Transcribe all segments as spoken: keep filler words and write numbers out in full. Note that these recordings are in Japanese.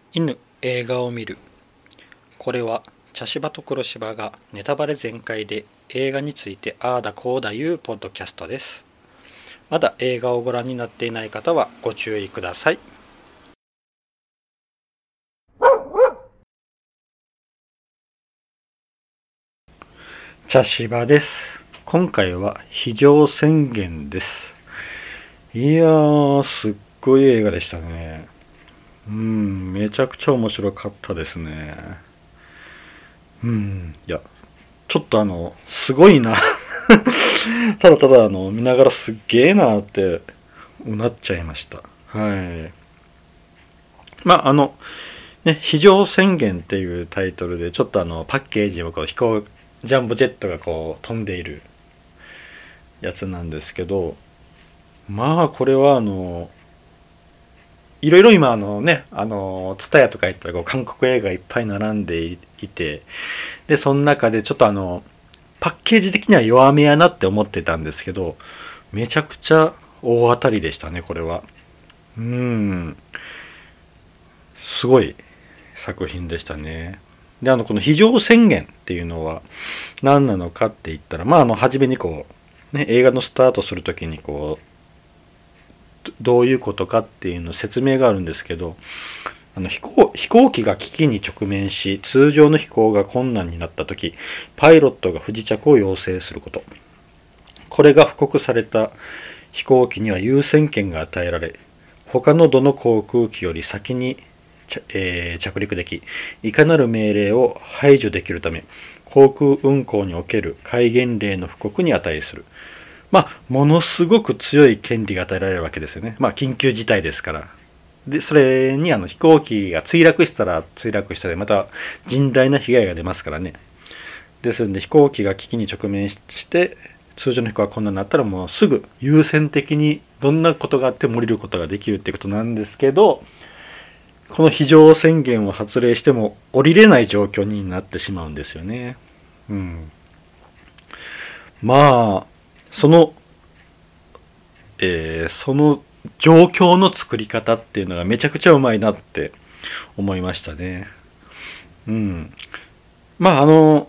犬映画を見る。これは茶芝と黒芝がネタバレ全開で映画についてああだこうだいうポッドキャストです。まだ映画をご覧になっていない方はご注意ください。茶芝です。今回は非常宣言です。いやー、すっごい映画でしたね。うん、めちゃくちゃ面白かったですね。うん、いや、ちょっとあの、すごいな。ただただあの、見ながらすっげーなーってうなっちゃいました。はい。まあ、あの、ね、非常宣言っていうタイトルで、ちょっとあの、パッケージをこう、飛行、ジャンボジェットがこう、飛んでいるやつなんですけど、まあ、これはあの、いろいろ今あのね、あの、ツタヤとか行ったらこう韓国映画いっぱい並んでいて、で、その中でちょっとあの、パッケージ的には弱めやなって思ってたんですけど、めちゃくちゃ大当たりでしたね、これは。うーん、すごい作品でしたね。で、あの、この非常宣言っていうのは何なのかって言ったら、まあ、あの、初めにこう、ね、映画のスタートするときにこう、どういうことかっていうの説明があるんですけど、あの飛行飛行機が危機に直面し、通常の飛行が困難になったとき、パイロットが不時着を要請すること。これが布告された飛行機には優先権が与えられ、他のどの航空機より先に、えー着陸でき、いかなる命令を排除できるため、航空運航における戒厳令の布告に値する。まあ、ものすごく強い権利が与えられるわけですよね。まあ、緊急事態ですから。で、それにあの飛行機が墜落したら墜落したで、また甚大な被害が出ますからね。ですので、飛行機が危機に直面して、通常の飛行が困難になったらもうすぐ優先的にどんなことがあっても降りることができるってことなんですけど、この非常宣言を発令しても降りれない状況になってしまうんですよね。うん。まあ、その、えーその状況の作り方っていうのがめちゃくちゃうまいなって思いましたね。うん。まあ、あの、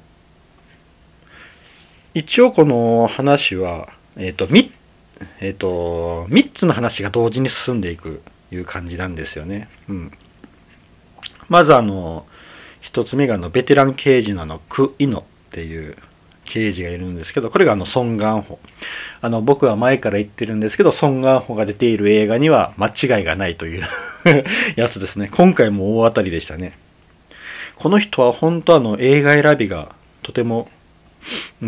一応この話は、えっ、と、み、えっ、と、三つの話が同時に進んでいくいう感じなんですよね。うん。まずあの、一つ目があの、ベテラン刑事のあの、ク・イノっていう刑事がいるんですけど、これがあの、ソン・ガンホ。あの、僕は前から言ってるんですけど、ソン・ガンホが出ている映画には間違いがないというやつですね。今回も大当たりでしたね。この人は本当あの、映画選びがとても、うん、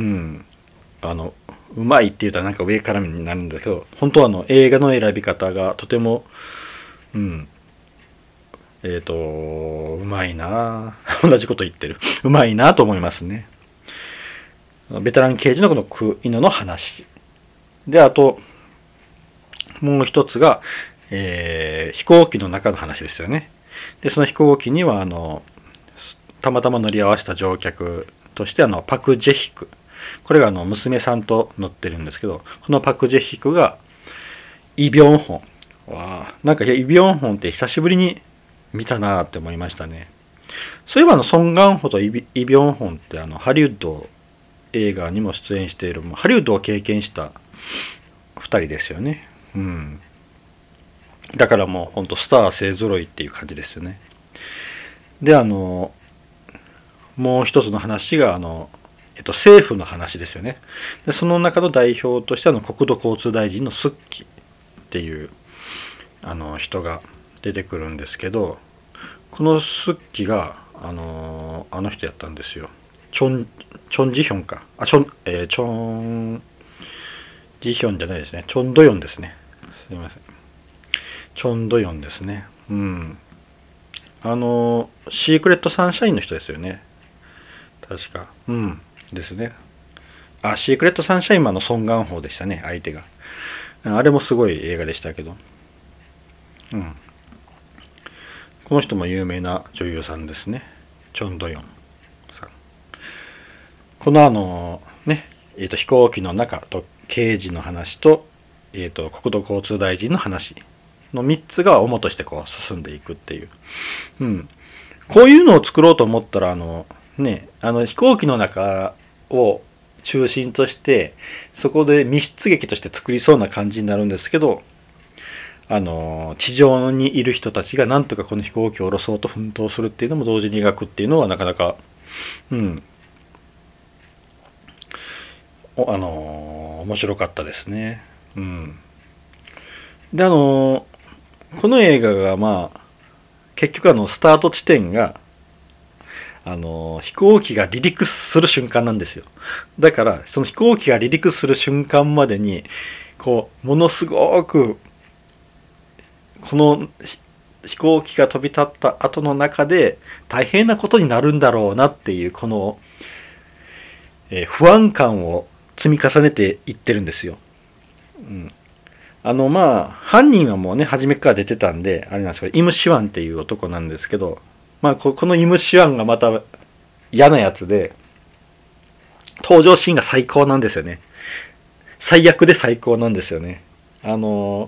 あの、うまいって言うとなんか上からになるんだけど、本当はあの、映画の選び方がとても、うん、えっ、ー、と、うまいな同じこと言ってる。うまいなと思いますね。ベテラン刑事のこのクイヌの話。で、あと、もう一つが、えー飛行機の中の話ですよね。で、その飛行機には、あの、たまたま乗り合わせた乗客として、あの、パク・ジェヒク。これがあの、娘さんと乗ってるんですけど、このパク・ジェヒクが、イ・ビョンホン。わあ、なんか、イ・ビョンホンって久しぶりに見たなーって思いましたね。そういえば、あの、ソン・ガンホとイビ・イビョンホンって、あの、ハリウッド映画にも出演している、ハリウッドを経験した二人ですよね。うん。だからもう、ほんとスター勢揃いっていう感じですよね。で、あの、もう一つの話が、あの、えっと、政府の話ですよね。で、その中の代表として、あの、国土交通大臣のスッキっていう、あの、人が出てくるんですけど、このスッキが、あの、あの人やったんですよ。チョン、チョンジヒョンか。あ、チョン、えー、チョン、ジヒョンじゃないですね。チョンドヨンですね。すいません。チョンドヨンですね。うん。あの、シークレットサンシャインの人ですよね。確か。うん。ですね。あ、シークレットサンシャインマンのソン・ガンホでしたね、相手が。あれもすごい映画でしたけど。うん。この人も有名な女優さんですね。チョン・ドヨンさん。このあの、ね、えっ、ー、と、飛行機の中と刑事の話と、えっ、ー、と、国土交通大臣の話のみっつが主としてこう進んでいくっていう。うん。こういうのを作ろうと思ったら、あの、ね、あの飛行機の中を中心として、そこで密室劇として作りそうな感じになるんですけど、あの、地上にいる人たちがなんとかこの飛行機を下ろそうと奮闘するっていうのも同時に描くっていうのはなかなか、うん、あの、面白かったですね。うん。で、あの、この映画がまあ、結局あの、スタート地点が、あの、飛行機が離陸する瞬間なんですよ。だから、その飛行機が離陸する瞬間までに、こう、ものすごく、この飛行機が飛び立った後の中で大変なことになるんだろうなっていう、この、えー不安感を積み重ねていってるんですよ。うん。あの、まあ、犯人はもうね、初めから出てたんで、あれなんですけど、イム・シワンっていう男なんですけど、まあ、ここのイム・シワンがまた嫌なやつで、登場シーンが最高なんですよね。最悪で最高なんですよね。あの、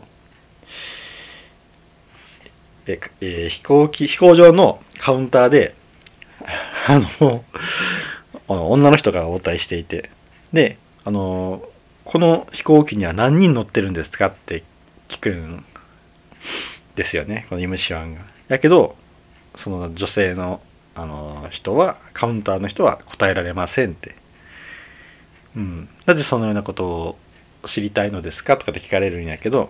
ええー飛行機、飛行場のカウンターで、あの、女の人が応対していて、で、あの、この飛行機には何人乗ってるんですかって聞くんですよね、このイムシワンが。やけど、その女性のあの人は、カウンターの人は答えられませんって。うん。なぜそのようなことを知りたいのですかとかって聞かれるんやけど、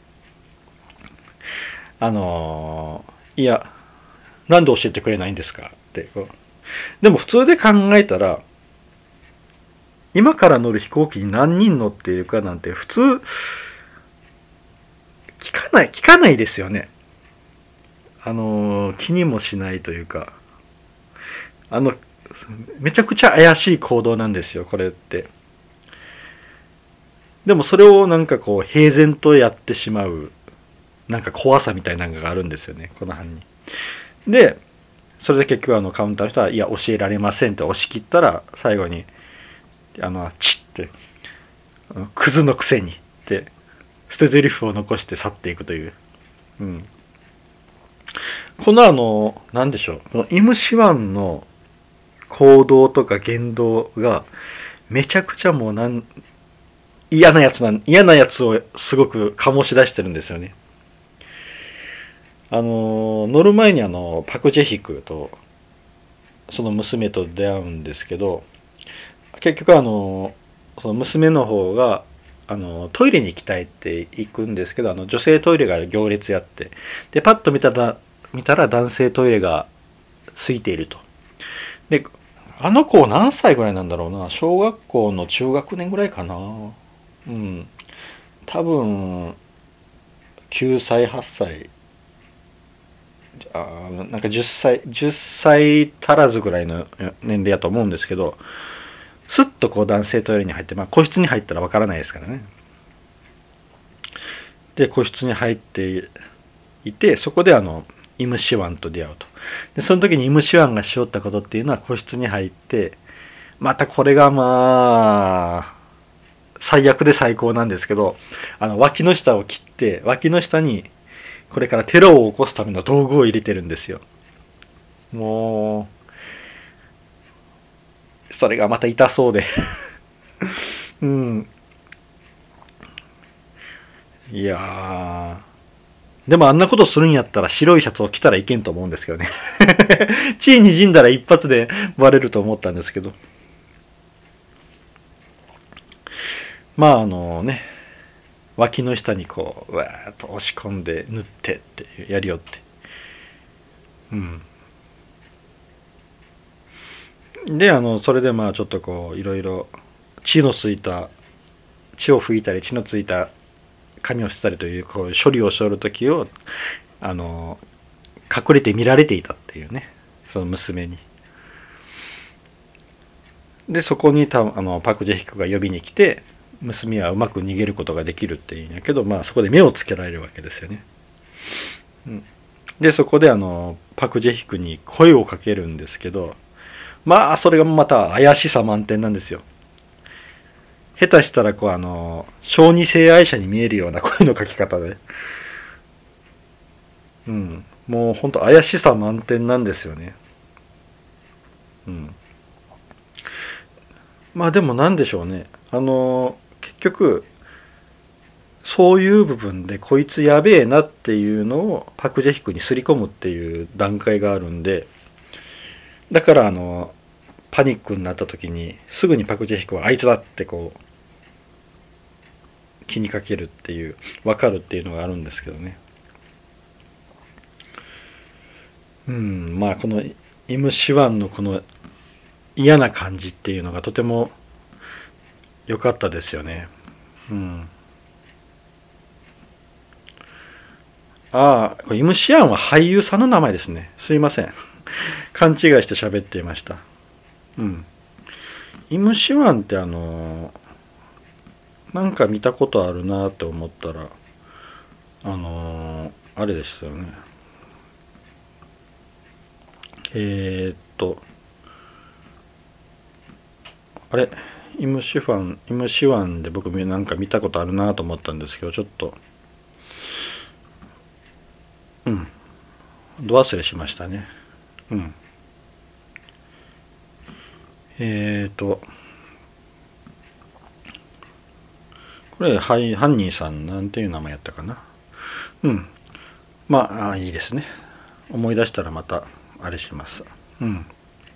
あのいや、なんで教えてくれないんですかってこう。でも普通で考えたら、今から乗る飛行機に何人乗っているかなんて普通聞かない、聞かないですよね。あの気にもしないというか、あの、めちゃくちゃ怪しい行動なんですよ、これって。でもそれをなんかこう平然とやってしまう、なんか怖さみたいなのがあるんですよね、この犯人。で、それで結局あのカウンターの人は、いや、教えられませんって押し切ったら、最後に、あの、チッって、クズのくせにって、捨て台詞を残して去っていくという。うん。このあの、なんでしょう、このイムシワンの行動とか言動が、めちゃくちゃもうなん、嫌なやつなん、嫌なやつをすごく醸し出してるんですよね。あの、乗る前にあの、パクジェヒクと、その娘と出会うんですけど、結局あの、その娘の方が、あの、トイレに行きたいって行くんですけど、あの、女性トイレが行列やって、で、パッと見たら、見たら男性トイレが空いていると。で、あの子何歳ぐらいなんだろうな。小学校の中学年ぐらいかな。うん。多分、きゅうさい、はっさい、あなんかじゅっさい、じゅっさい足らずぐらいの年齢やと思うんですけど、スッとこう男性トイレに入って、まあ個室に入ったらわからないですからね。で、個室に入っていて、そこであの、イムシワンと出会うと。で、その時にイムシワンがしよったことっていうのは個室に入って、またこれがまあ、最悪で最高なんですけど、あの、脇の下を切って、脇の下に、これからテロを起こすための道具を入れてるんですよ。もう、それがまた痛そうで。うん。いやー。でもあんなことするんやったら白いシャツを着たらいけんと思うんですけどね。血にじんだら一発でバレると思ったんですけど。まああのね、脇の下にこう、うわーっと押し込んで塗ってってやりよって。うん。で、あの、それでまあちょっとこう、いろいろ血のついた、血を拭いたり血のついた髪を捨てたりという、こう処理をしょるときを、あの、隠れて見られていたっていうね、その娘に。で、そこにたあのパク・ジェヒクが呼びに来て、娘はうまく逃げることができるっていうんやけど、まあそこで目をつけられるわけですよね。うん、で、そこであの、パク・ジェヒクに声をかけるんですけど、まあそれがまた怪しさ満点なんですよ。下手したらこうあの、小児性愛者に見えるような声のかけ方で。 うん、もうほんと怪しさ満点なんですよね。うん、まあでもなんでしょうね。あの結局そういう部分でこいつやべえなっていうのをパク・ジェヒクにすり込むっていう段階があるんで、だからあのパニックになった時にすぐにパク・ジェヒクはあいつだってこう気にかけるっていう分かるっていうのがあるんですけどね。うん、まあこのイム・シワンのこの嫌な感じっていうのがとても良かったですよね。うん。ああ、イム・シアンは俳優さんの名前ですね。すいません。勘違いして喋っていました。うん。イム・シワンってあのなんか見たことあるなって思ったら、あのあれでしたよね。えー、っと、あれ、イムシファン、イムシワンで僕なんか見たことあるなと思ったんですけど、ちょっと、うん、ど忘れしましたね。うん。えーと、これ、はい、ハンニーさんなんていう名前やったかな。うん。まあ、あいいですね。思い出したらまた、あれします。うん。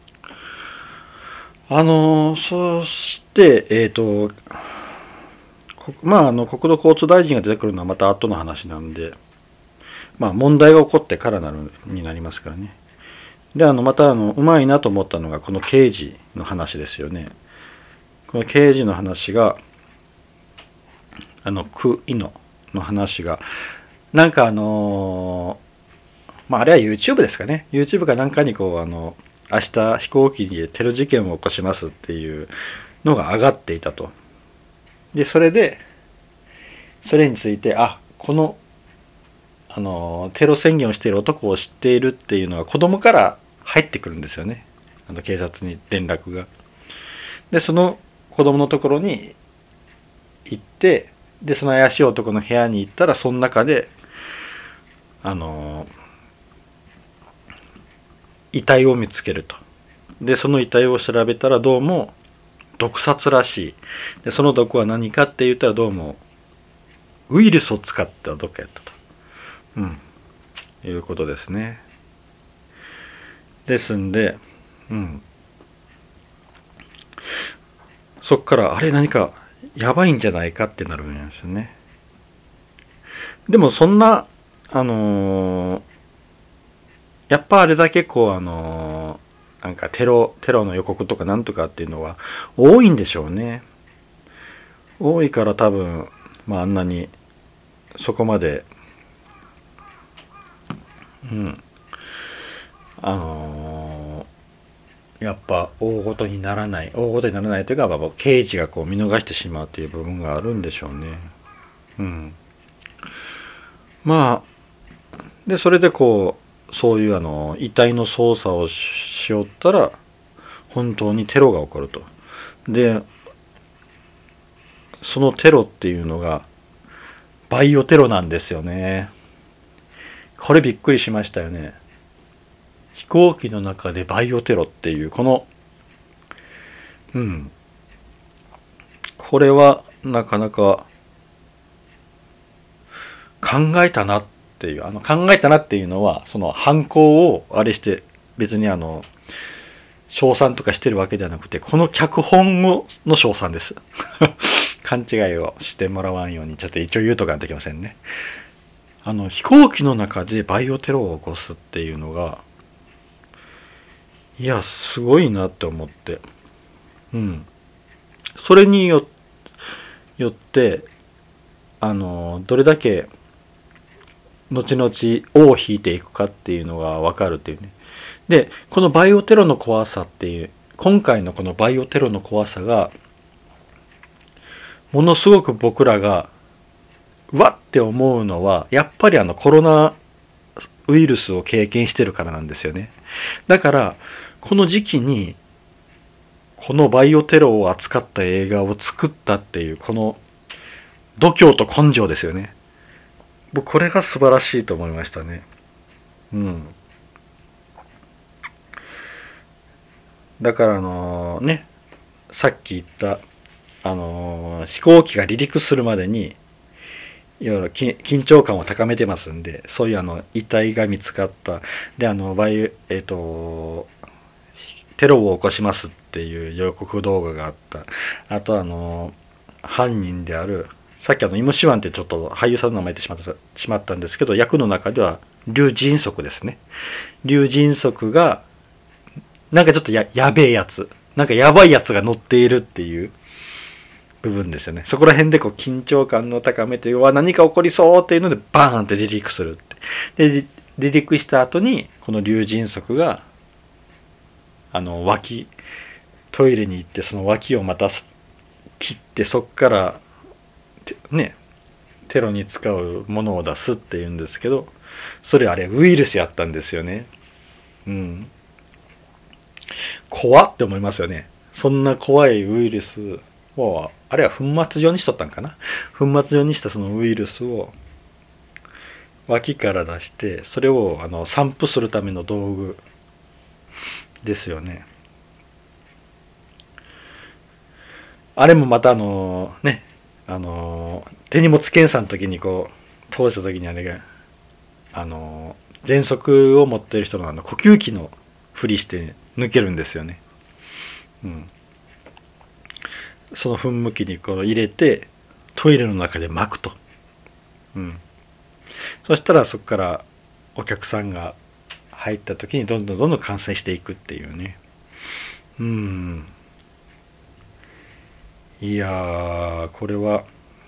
あのー、そして、えーと、まあ、あの、国土交通大臣が出てくるのはまた後の話なんで、まあ、問題が起こってからなる、になりますからね。で、あの、また、あの、うまいなと思ったのが、この刑事の話ですよね。この刑事の話が、あの、クイノの話が、なんかあのーまあ、あれは YouTube ですかね。YouTube かなんかにこう、あの、明日飛行機でテロ事件を起こしますっていうのが上がっていたと。で、それで、それについて、あ、この、あの、テロ宣言をしている男を知っているっていうのが子供から入ってくるんですよね。あの、警察に連絡が。で、その子供のところに行って、で、その怪しい男の部屋に行ったら、その中で、あの、遺体を見つけると。で、その遺体を調べたらどうも毒殺らしい。で、その毒は何かって言ったらどうもウイルスを使った毒やったと。うん。いうことですね。ですんで、うん。そっからあれ何かやばいんじゃないかってなるんですよね。でもそんな、あのー、やっぱあれだけこうあのー、なんかテロ、テロの予告とかなんとかっていうのは多いんでしょうね。多いから多分、まああんなにそこまで、うん、あのー、やっぱ大ごとにならない、大ごとにならないというか、まあ、刑事がこう見逃してしまうという部分があるんでしょうね。うん。まあ、で、それでこう、そういうあの、遺体の捜査をしよったら、本当にテロが起こると。で、そのテロっていうのが、バイオテロなんですよね。これびっくりしましたよね。飛行機の中でバイオテロっていう、この、うん。これはなかなか考えたなっていう、あの考えたなっていうのは、その犯行をあれして、別にあの、称賛とかしてるわけではなくて、この脚本をの称賛です。勘違いをしてもらわんように、ちょっと一応言うとかないといけませんね。あの、飛行機の中でバイオテロを起こすっていうのが、いや、すごいなって思って。うん。それによって、あの、どれだけ後々尾を引いていくかっていうのがわかるっていうね。で、このバイオテロの怖さっていう、今回のこのバイオテロの怖さが、ものすごく僕らが、わって思うのは、やっぱりあのコロナウイルスを経験してるからなんですよね。だから、この時期に、このバイオテロを扱った映画を作ったっていう、この度胸と根性ですよね。僕これが素晴らしいと思いましたね。 うん。だからあのね、さっき言ったあの飛行機が離陸するまでにいろいろ緊張感を高めてますんで、そういうあの遺体が見つかった、であのバイえっ、とテロを起こしますっていう予告動画があった。あとあの犯人である、さっきあのイムシワンってちょっと俳優さんの名前言ってしまったしまったんですけど、役の中では劉迅速ですね。劉迅速がなんかちょっと や, やべえやつ、なんかやばいやつが乗っているっていう部分ですよね。そこら辺でこう緊張感の高めて、うわ何か起こりそうっていうのでバーンって離陸するって。で離陸した後にこの劉迅速があの脇トイレに行って、その脇をまた切って、そっからねテロに使うものを出すっていうんですけど、それあれウイルスやったんですよね。うん。怖って思いますよね。そんな怖いウイルスを、あれは粉末状にしとったんかな。粉末状にしたそのウイルスを脇から出して、それをあの散布するための道具ですよね。あれもまたあのね、あの手荷物検査の時にこう通した時にあれがあの喘息を持っている人のあの呼吸器のふりして抜けるんですよね。うん。その噴霧器にこう入れてトイレの中で巻くと。うん。そしたらそこからお客さんが入った時にどんどんどんどん感染していくっていうね。うん。いやー、これは、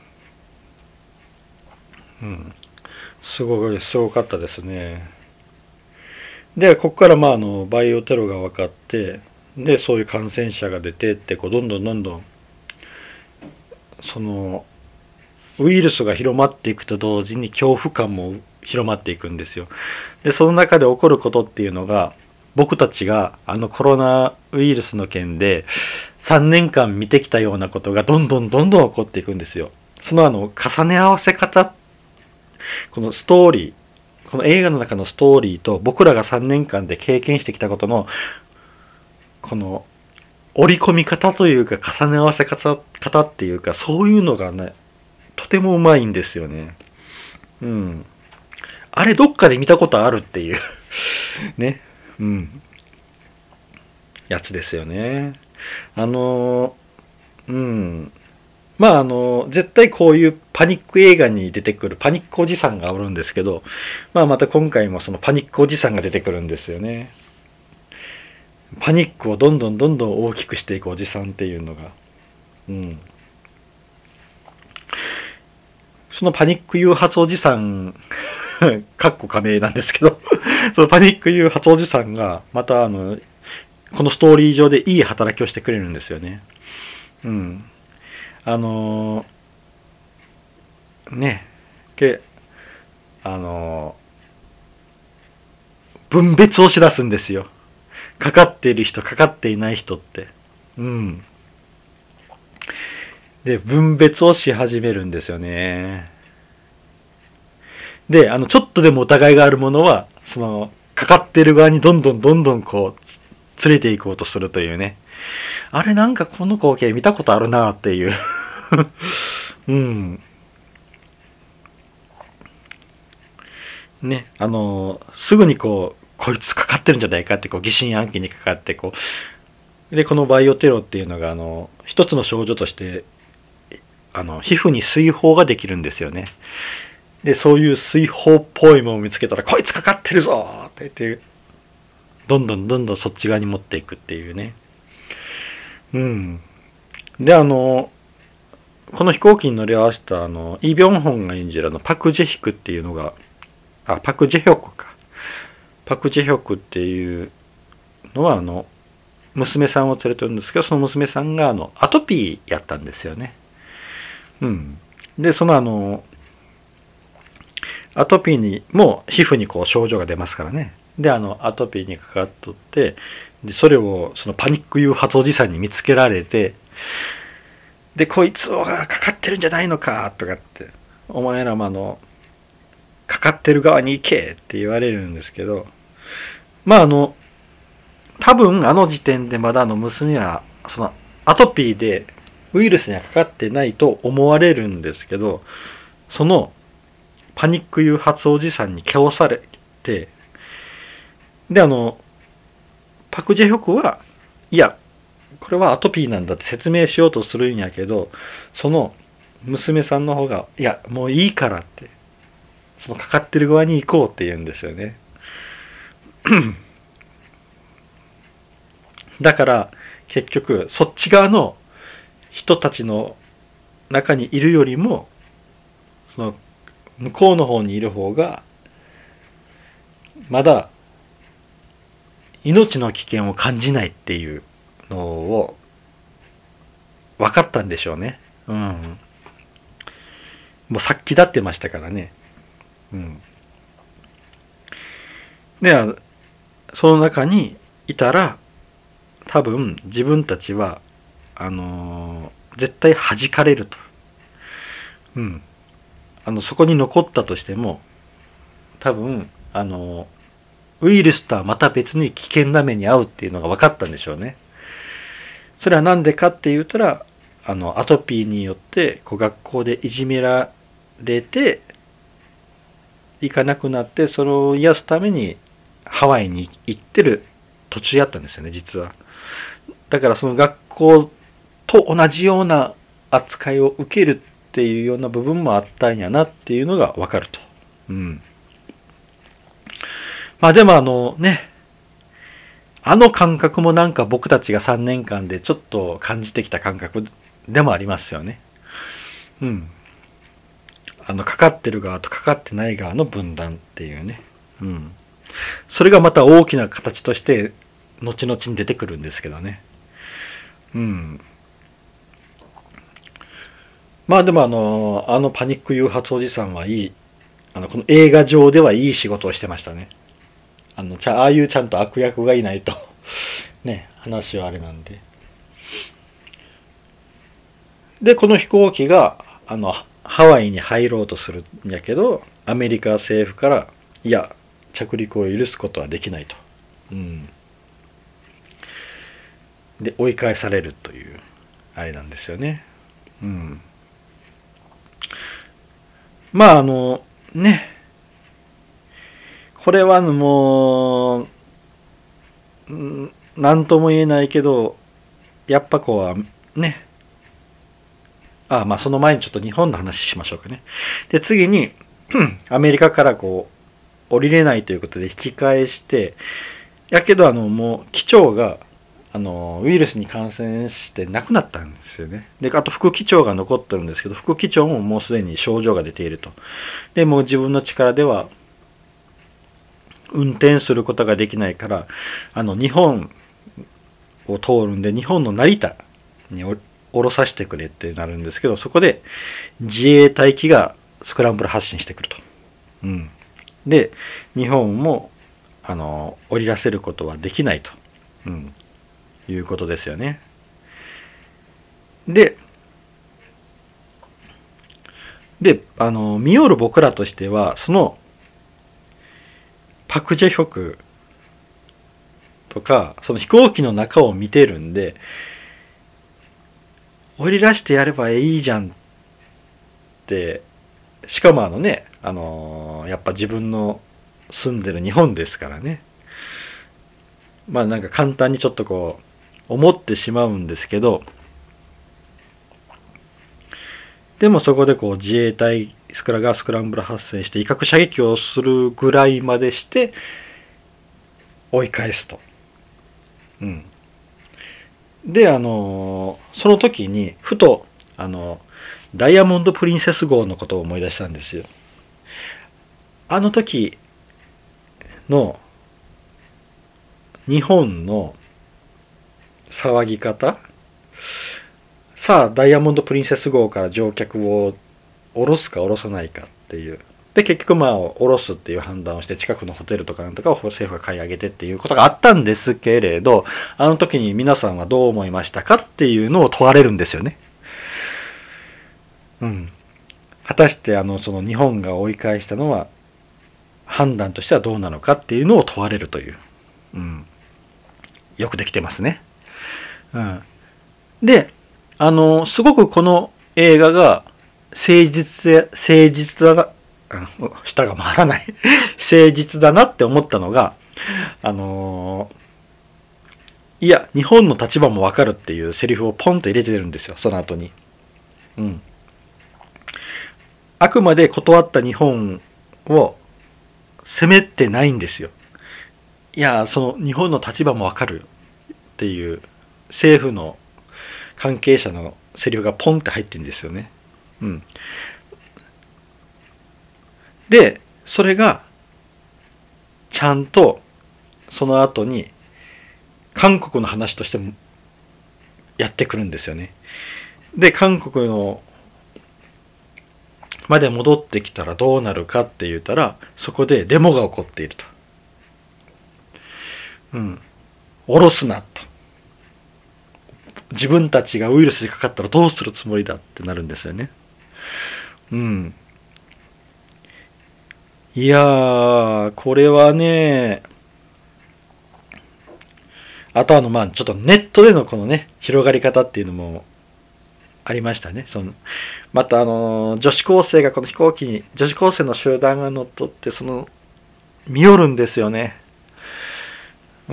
うん、すごい、すごかったですね。で、ここからまああのバイオテロが分かって、で、そういう感染者が出てって、こうどんどんどんどん、その、ウイルスが広まっていくと同時に恐怖感も広まっていくんですよ。で、その中で起こることっていうのが、僕たちがあのコロナウイルスの件でさんねんかん見てきたようなことがどんどんどんどん起こっていくんですよ。そのあの重ね合わせ方、このストーリー、この映画の中のストーリーと僕らがさんねんかんで経験してきたことのこの織り込み方というか重ね合わせ方方っていうか、そういうのがねとてもうまいんですよね。うん。あれどっかで見たことあるっていうね。うん。やつですよね。あのうん。まああの絶対こういうパニック映画に出てくるパニックおじさんがおるんですけど、まあまた今回もそのパニックおじさんが出てくるんですよね。パニックをどんどんどんどん大きくしていくおじさんっていうのが、うん、そのパニック誘発おじさんかっこ仮名なんですけどそのパニック誘発おじさんがまたあのこのストーリー上でいい働きをしてくれるんですよね。うん。あのー、ねけあのー、分別をしだすんですよ。かかっている人かかっていない人って。うん。で分別をし始めるんですよね。で、あの、ちょっとでも疑いがあるものは、その、かかってる側にどんどんどんどんこう、連れて行こうとするというね。あれなんかこの光景見たことあるなっていう。うん。ね、あの、すぐにこう、こいつかかってるんじゃないかってこう疑心暗鬼にかかってこう。で、このバイオテロっていうのが、あの、一つの症状として、あの、皮膚に水疱ができるんですよね。で、そういう水泡っぽいものを見つけたら、こいつかかってるぞって言って、どんどんどんどんそっち側に持っていくっていうね。うん。で、あの、この飛行機に乗り合わせた、あの、イ・ビョンホンが演じるあの、パク・ジェヒクっていうのが、あ、パク・ジェヒョクか。パク・ジェヒョクっていうのは、あの、娘さんを連れてるんですけど、その娘さんが、あの、アトピーやったんですよね。うん。で、そのあの、アトピーにも皮膚にこう症状が出ますからね。で、あの、アトピーにかかっとって、で、それをそのパニック誘発おじさんに見つけられて、で、こいつはかかってるんじゃないのかとかって、お前らもあの、 かかってる側に行けって言われるんですけど、まああの、多分あの時点でまだあの娘は、そのアトピーでウイルスにはかかってないと思われるんですけど、そのパニック誘発おじさんに気をされて、であの、パクジェヒョクは、いや、これはアトピーなんだって説明しようとするんやけど、その娘さんの方が、いや、もういいからって、そのかかってる側に行こうって言うんですよね。だから結局そっち側の人たちの中にいるよりも、その向こうの方にいる方がまだ命の危険を感じないっていうのを分かったんでしょうね。うん。もうさっきだってましたからね。うん。で、その中にいたら多分自分たちはあのー、絶対弾かれると。うん。あのそこに残ったとしても多分あのー、ウイルスとはまた別に危険な目に遭うっていうのが分かったんでしょうね。それは何でかって言ったら、あのアトピーによってこう学校でいじめられて行かなくなって、それを癒すためにハワイに行ってる途中やったんですよね、実は。だからその学校と同じような扱いを受けるっていうような部分もあったんやなっていうのが分かると。うん。まあでもあのね、あの感覚もなんか僕たちがさんねんかんでちょっと感じてきた感覚でもありますよね。うん。あのかかってる側とかかってない側の分断っていうね。うん。それがまた大きな形として後々に出てくるんですけどね。うん。まあでもあの、あのパニック誘発おじさんはいい、あの、この映画上ではいい仕事をしてましたね。あの、ちゃ、ああいうちゃんと悪役がいないと、ね、話はあれなんで。で、この飛行機が、あの、ハワイに入ろうとするんやけど、アメリカ政府から、いや、着陸を許すことはできないと。うん。で、追い返されるという、あれなんですよね。うん。まあ、あの、ね、これはもう、なんとも言えないけど、やっぱこう、ね、あまあその前にちょっと日本の話しましょうかね。で、次に、アメリカからこう、降りれないということで引き返して、やけどあの、もう機長が、あの、ウイルスに感染して亡くなったんですよね。で、あと副機長が残ってるんですけど、副機長ももうすでに症状が出ていると。で、もう自分の力では運転することができないから、あの、日本を通るんで、日本の成田に降ろさせてくれってなるんですけど、そこで自衛隊機がスクランブル発進してくると。うん。で、日本も、あの、降りらせることはできないと。うん。いうことですよね。で、で、あの、見よる僕らとしては、その、パクジェヒョクとか、その飛行機の中を見てるんで、降りらしてやればいいじゃんって、しかもあのね、あのー、やっぱ自分の住んでる日本ですからね。まあなんか簡単にちょっとこう、思ってしまうんですけど、でもそこでこう自衛隊スクラがスクランブル発生して威嚇射撃をするぐらいまでして追い返すと。うん。で、あのー、その時にふと、あの、ダイヤモンド・プリンセス号のことを思い出したんですよ。あの時の日本の騒ぎ方、さあダイヤモンド・プリンセス号から乗客を降ろすか降ろさないかっていう。で、結局まあ降ろすっていう判断をして近くのホテルとかなんとかを政府が買い上げてっていうことがあったんですけれど、あの時に皆さんはどう思いましたかっていうのを問われるんですよね。うん。果たしてあのその日本が追い返したのは判断としてはどうなのかっていうのを問われるという、うん、よくできてますね。うん、で、あのすごくこの映画が誠実で誠実だな、うん、舌が回らない誠実だなって思ったのが、あのー、いや日本の立場もわかるっていうセリフをポンと入れてるんですよ、その後に。うん。あくまで断った日本を責めてないんですよ。いやその日本の立場もわかるっていう政府の関係者のセリフがポンって入ってるんですよね。うん。で、それがちゃんとその後に韓国の話としてもやってくるんですよね。で、韓国のまで戻ってきたらどうなるかって言ったら、そこでデモが起こっていると。うん。下ろすなと。自分たちがウイルスにかかったらどうするつもりだってなるんですよね。うん。いやー、これはね、あとあの、まあちょっとネットでのこのね、広がり方っていうのもありましたね。そのまたあの、女子高生がこの飛行機に、女子高生の集団が乗っ取って、その、見よるんですよね。うん、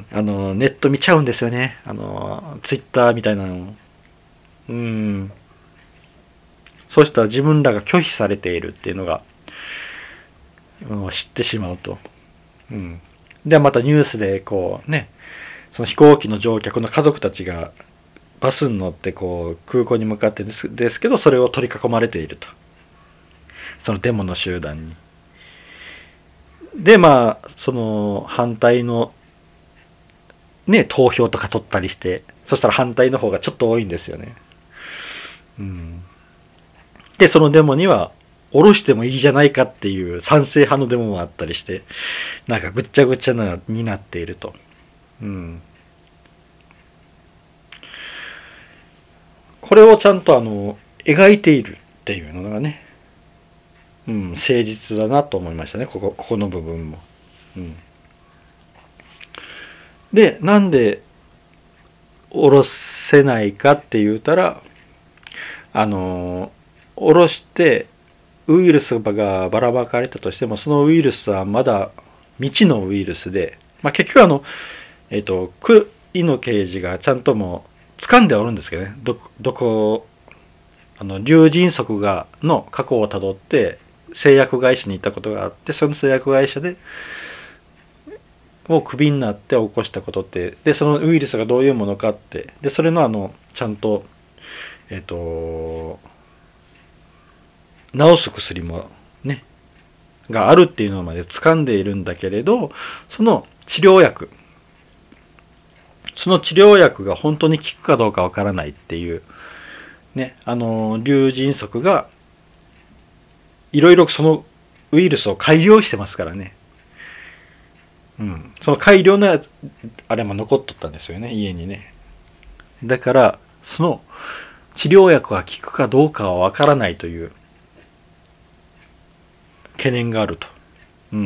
あの、ネット見ちゃうんですよね。あの、ツイッターみたいなの。うん。そうしたら自分らが拒否されているっていうのが、うん、知ってしまうと。うん。で、またニュースでこうね、その飛行機の乗客の家族たちがバスに乗ってこう空港に向かってですですけど、それを取り囲まれていると。そのデモの集団に。で、まあ、その反対のね、投票とか取ったりして、そしたら反対の方がちょっと多いんですよね。うん。で、そのデモには、下ろしてもいいじゃないかっていう賛成派のデモもあったりして、なんかぐっちゃぐちゃなになっていると。うん。これをちゃんとあの、描いているっていうのがね、うん、誠実だなと思いましたね、ここ、ここの部分も。うん。で、なんで下ろせないかって言うたら、あの、下ろしてウイルスがばらまかれたとしても、そのウイルスはまだ未知のウイルスで、まあ、結局あの、えっ、ー、と、クイの刑事がちゃんともう掴んでおるんですけどね、ど、どこ、あの、龍神足が、の過去をたどって、製薬会社に行ったことがあって、その製薬会社で、をクビになって起こしたことって、で、そのウイルスがどういうものかって、で、それのあの、ちゃんと、えっ、ー、と、治す薬もね、があるっていうのまで掴んでいるんだけれど、その治療薬、その治療薬が本当に効くかどうかわからないっていう、ね、あの、龍神足が、いろいろそのウイルスを改良してますからね。うん。その改良のあれも残っとったんですよね、家にね。だから、その治療薬が効くかどうかはわからないという懸念があると。うん。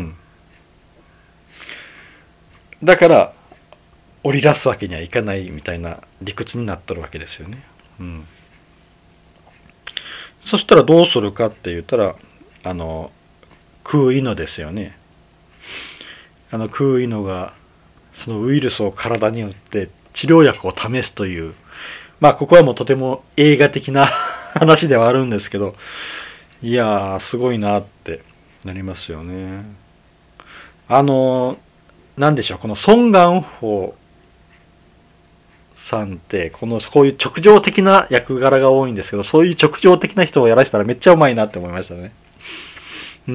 だから、織り出すわけにはいかないみたいな理屈になっとるわけですよね。うん。そしたらどうするかって言ったら、あの、クウイノですよね。あのクウイノがそのウイルスを体に打って治療薬を試すという、まあここはもうとても映画的な話ではあるんですけど、いやーすごいなってなりますよね。あのなんでしょう、このソン・ガンホさんってこのこういう直情的な役柄が多いんですけど、そういう直情的な人をやらせたらめっちゃうまいなって思いましたね。うん。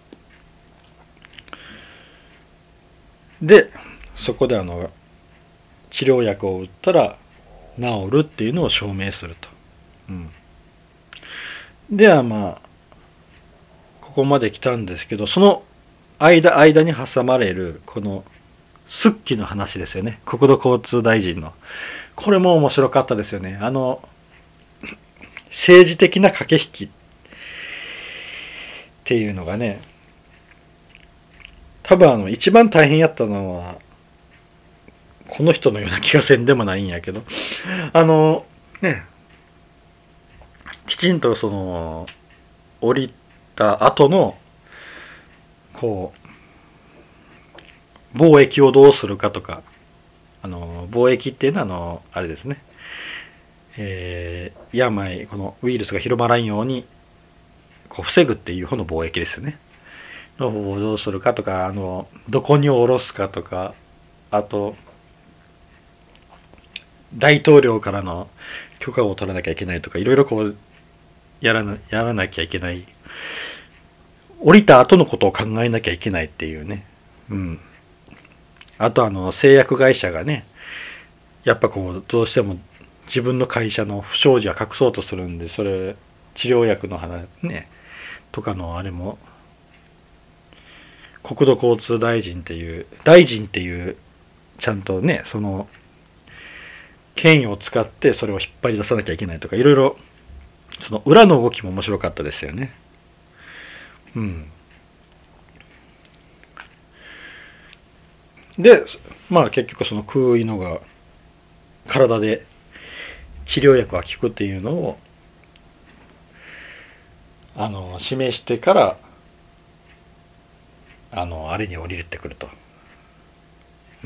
で、そこであの治療薬を打ったら治るっていうのを証明すると。うん、ではまあここまで来たんですけど、その間間に挟まれるこのスッキの話ですよね。国土交通大臣の。これも面白かったですよね。あの政治的な駆け引きっていうのがね、 多分あの一番大変やったのはこの人のような気がせんでもないんやけど、あのね、きちんとその降りた後のこう貿易をどうするかとか、あの貿易っていうのはあのあれですね、えー、病このウイルスが広まらんようにこう防ぐっていう方の貿易ですよね。の方をどうするかとか、あのどこに下ろすかとか、あと大統領からの許可を取らなきゃいけないとか、いろいろこうやらなやらなきゃいけない、降りた後のことを考えなきゃいけないっていうね。うん。あとあの製薬会社がね、やっぱこうどうしても自分の会社の不祥事は隠そうとするんで、それ治療薬の話ねとかのあれも国土交通大臣っていう大臣っていうちゃんとねその権威を使ってそれを引っ張り出さなきゃいけないとか、いろいろその裏の動きも面白かったですよね。うん。でまあ結局その空位のが体で治療薬が効くっていうのをあの示してからあのあれに降りてくると、うん、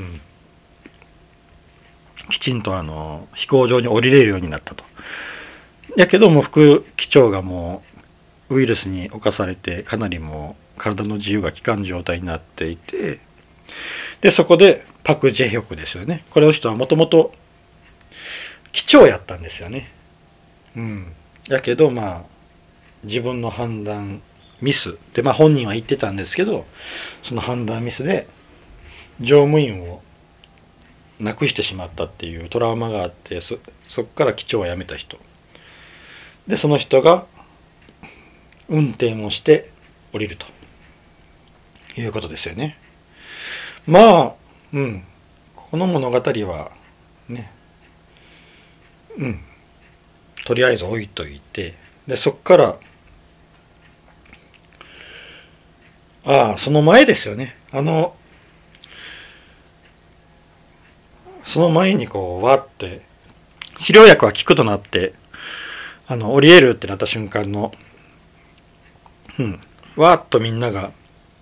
きちんとあの飛行場に降りれるようになったと。やけども副機長がもうウイルスに侵されてかなりもう体の自由が利かん状態になっていて、でそこでパク・ジェヒョクですよね。これの人はもともと機長やったんですよね。うん。やけどまあ自分の判断ミスで、まあ本人は言ってたんですけど、その判断ミスで乗務員を亡くしてしまったっていうトラウマがあって、そそこから機長を辞めた人で、その人が運転をして降りるということですよね。まあうんこの物語はね、うんとりあえず置いといて、でそこからああその前ですよね。あのその前にこうわって治療薬は効くとなってあの降りれるってなった瞬間のうんわーっとみんなが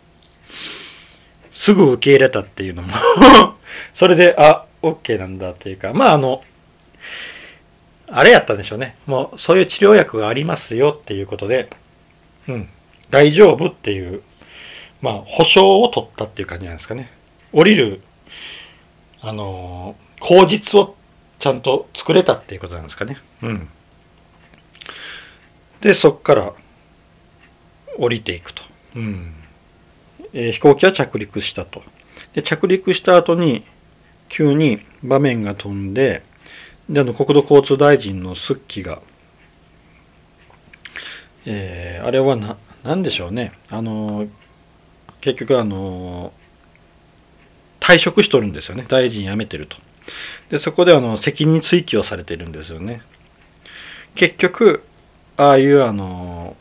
すぐ受け入れたっていうのもそれであ OK なんだっていうか、まああのあれやったんでしょうね。もうそういう治療薬がありますよっていうことで、うん、大丈夫っていう、まあ保証を取ったっていう感じなんですかね。降りるあの口実をちゃんと作れたっていうことなんですかね。うん。でそっから降りていくと。うん。えー飛行機は着陸したと。で着陸した後に急に場面が飛んで、であの国土交通大臣のスッキが、えーあれはななんでしょうね。あの結局あの退職しとるんですよね。大臣辞めてると。でそこであの責任追及をされてるんですよね。結局ああいうあの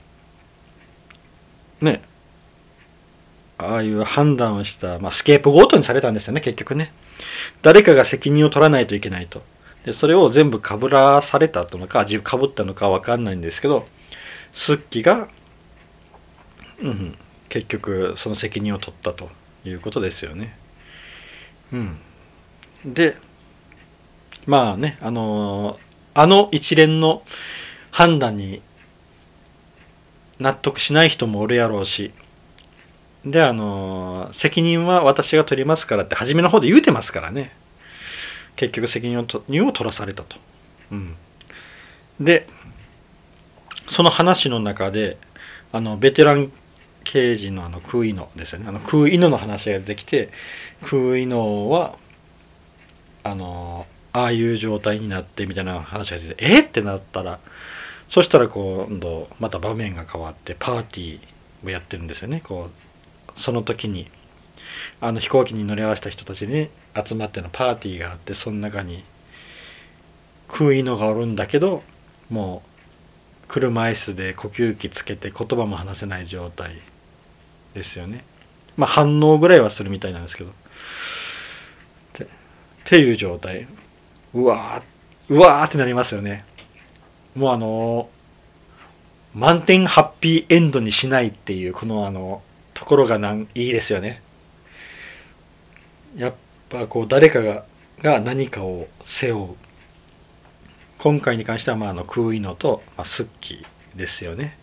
ねああいう判断をした、まあ、スケープゴートにされたんですよね。結局ね、誰かが責任を取らないといけないと。でそれを全部かぶらされたのか自分かぶったのかわかんないんですけど、スッキが、うん、結局その責任を取ったということですよね。うん、でまあねあのあの一連の判断に納得しない人もおるやろうし、であの責任は私が取りますからって初めの方で言うてますからね。結局責任をとを取らされたと。うん、でその話の中であのベテラン刑事のあの空イノですよね。あの空イノの話が出てきて、空イノはあのああいう状態になってみたいな話が出て、えってなったら、そしたら今度また場面が変わってパーティーをやってるんですよね。こうその時にあの飛行機に乗り合わせた人たちに集まってのパーティーがあって、その中に空イノがおるんだけど、もう車椅子で呼吸器つけて言葉も話せない状態ですよね。 まあ反応ぐらいはするみたいなんですけど。ってっていう状態。うわー、うわーってなりますよね。もうあのー満点ハッピーエンドにしないっていう、このあの、ところがなんいいですよね。やっぱこう誰かがが何かを背負う。今回に関してはまああのクウイノと、まあ、スッキーですよね。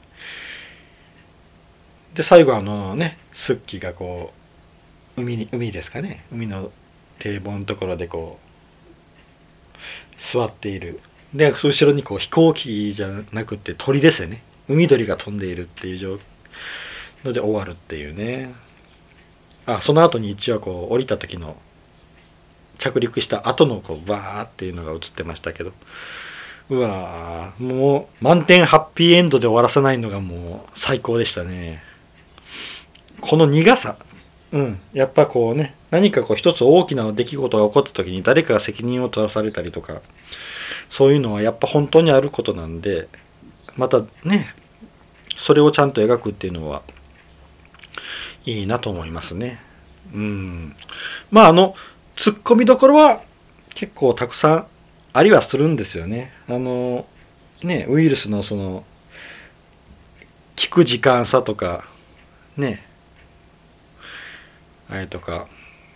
で最後あのねスッキーがこう海に海ですかね、海の堤防のところでこう座っている。で後ろにこう飛行機じゃなくて鳥ですよね。海鳥が飛んでいるっていう状ので終わるっていうね。あその後に一応こう降りた時の着陸した後のこうバーっていうのが映ってましたけど、うわーもう満点ハッピーエンドで終わらせないのがもう最高でしたね。この苦さ、うん、やっぱこうね何かこう一つ大きな出来事が起こった時に誰かが責任を取らされたりとか、そういうのはやっぱ本当にあることなんで、またねそれをちゃんと描くっていうのはいいなと思いますね。うん。まああのツッコミどころは結構たくさんありはするんですよね。あのねウイルスのその聞く時間差とかねあれとか、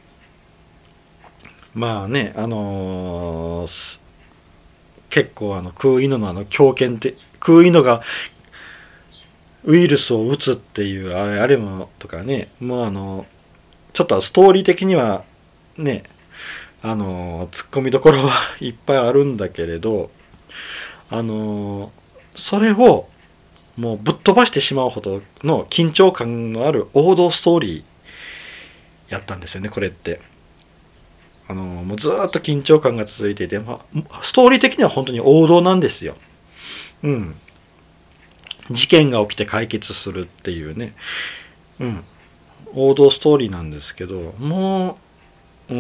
まあねあのー結構あのクウイノのあの強権ってクウイノがウイルスを打つっていうあれあれもとかね、もうあのちょっとストーリー的にはねあの突っ込みどころはいっぱいあるんだけれど、あのそれをもうぶっ飛ばしてしまうほどの緊張感のある王道ストーリーやったんですよねこれって。あのもうずっと緊張感が続いていて、まあ、ストーリー的には本当に王道なんですよ。うん。事件が起きて解決するっていうね、うん、王道ストーリーなんですけど、もう、うん、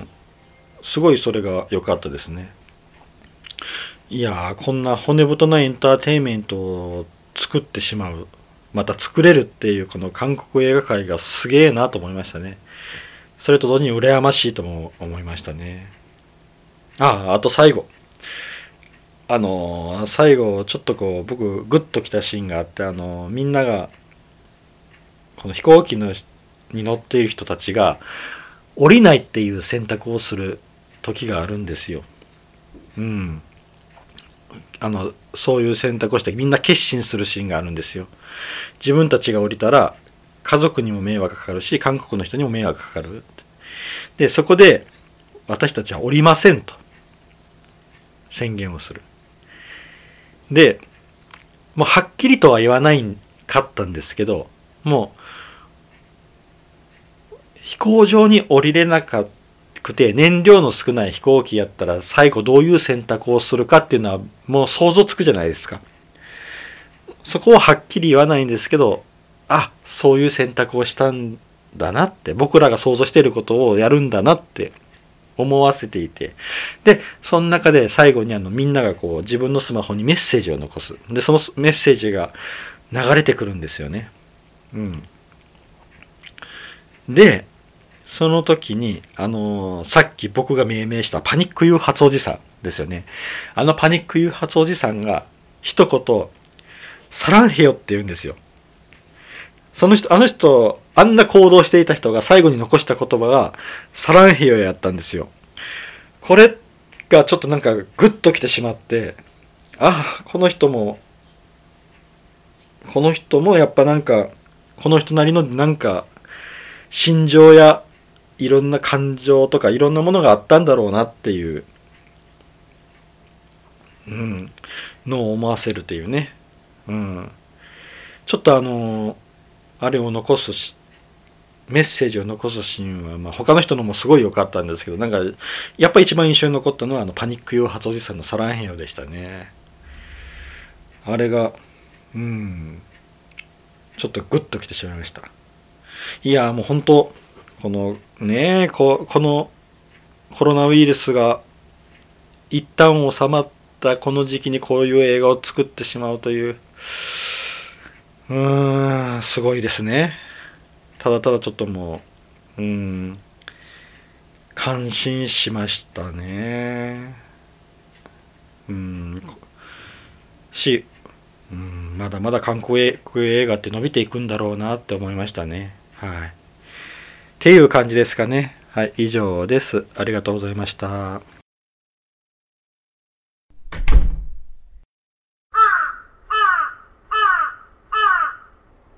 すごいそれが良かったですね。いやー、こんな骨太なエンターテインメントを作ってしまう、また作れるっていうこの韓国映画界がすげえなと思いましたね。それと同時に羨ましいとも思いましたね。ああ、あと最後。あのー最後、ちょっとこう、僕、グッときたシーンがあって、あのーみんなが、この飛行機のに乗っている人たちが、降りないっていう選択をする時があるんですよ。うん。あの、そういう選択をしてみんな決心するシーンがあるんですよ。自分たちが降りたら、家族にも迷惑かかるし、韓国の人にも迷惑かかる。で、そこで、私たちは降りませんと宣言をする。で、もうはっきりとは言わないかったんですけど、もう飛行場に降りれなくて燃料の少ない飛行機やったら最後どういう選択をするかっていうのはもう想像つくじゃないですか。そこははっきり言わないんですけど、あ、そういう選択をしたんだなって、僕らが想像していることをやるんだなって思わせていて、でその中で最後にあのみんながこう自分のスマホにメッセージを残す。でそのメッセージが流れてくるんですよね。うん。でその時にあのーさっき僕が命名したパニック誘発おじさんですよね。あのパニック誘発おじさんが一言サランヘヨって言うんですよ。その人あの人あんな行動していた人が最後に残した言葉がサランヘヨやったんですよ。これがちょっとなんかグッときてしまって、ああこの人もこの人もやっぱなんかこの人なりのなんか心情やいろんな感情とかいろんなものがあったんだろうなっていう、うん、のを思わせるというね、うん、ちょっとあのあれを残すしメッセージを残すシーンは、まあ、他の人のもすごい良かったんですけど、なんかやっぱ一番印象に残ったのはあのパニック誘発おじさんのサランヘヨでしたね。あれがうんちょっとグッときてしまいました。いやもう本当このねここのコロナウイルスが一旦収まったこの時期にこういう映画を作ってしまうという、うーんすごいですね。 ただただちょっともう、うん、感心しましたね。うん、し、うん、まだまだ韓国映画って伸びていくんだろうなって思いましたね。はい。っていう感じですかね。はい、以上です。ありがとうございました。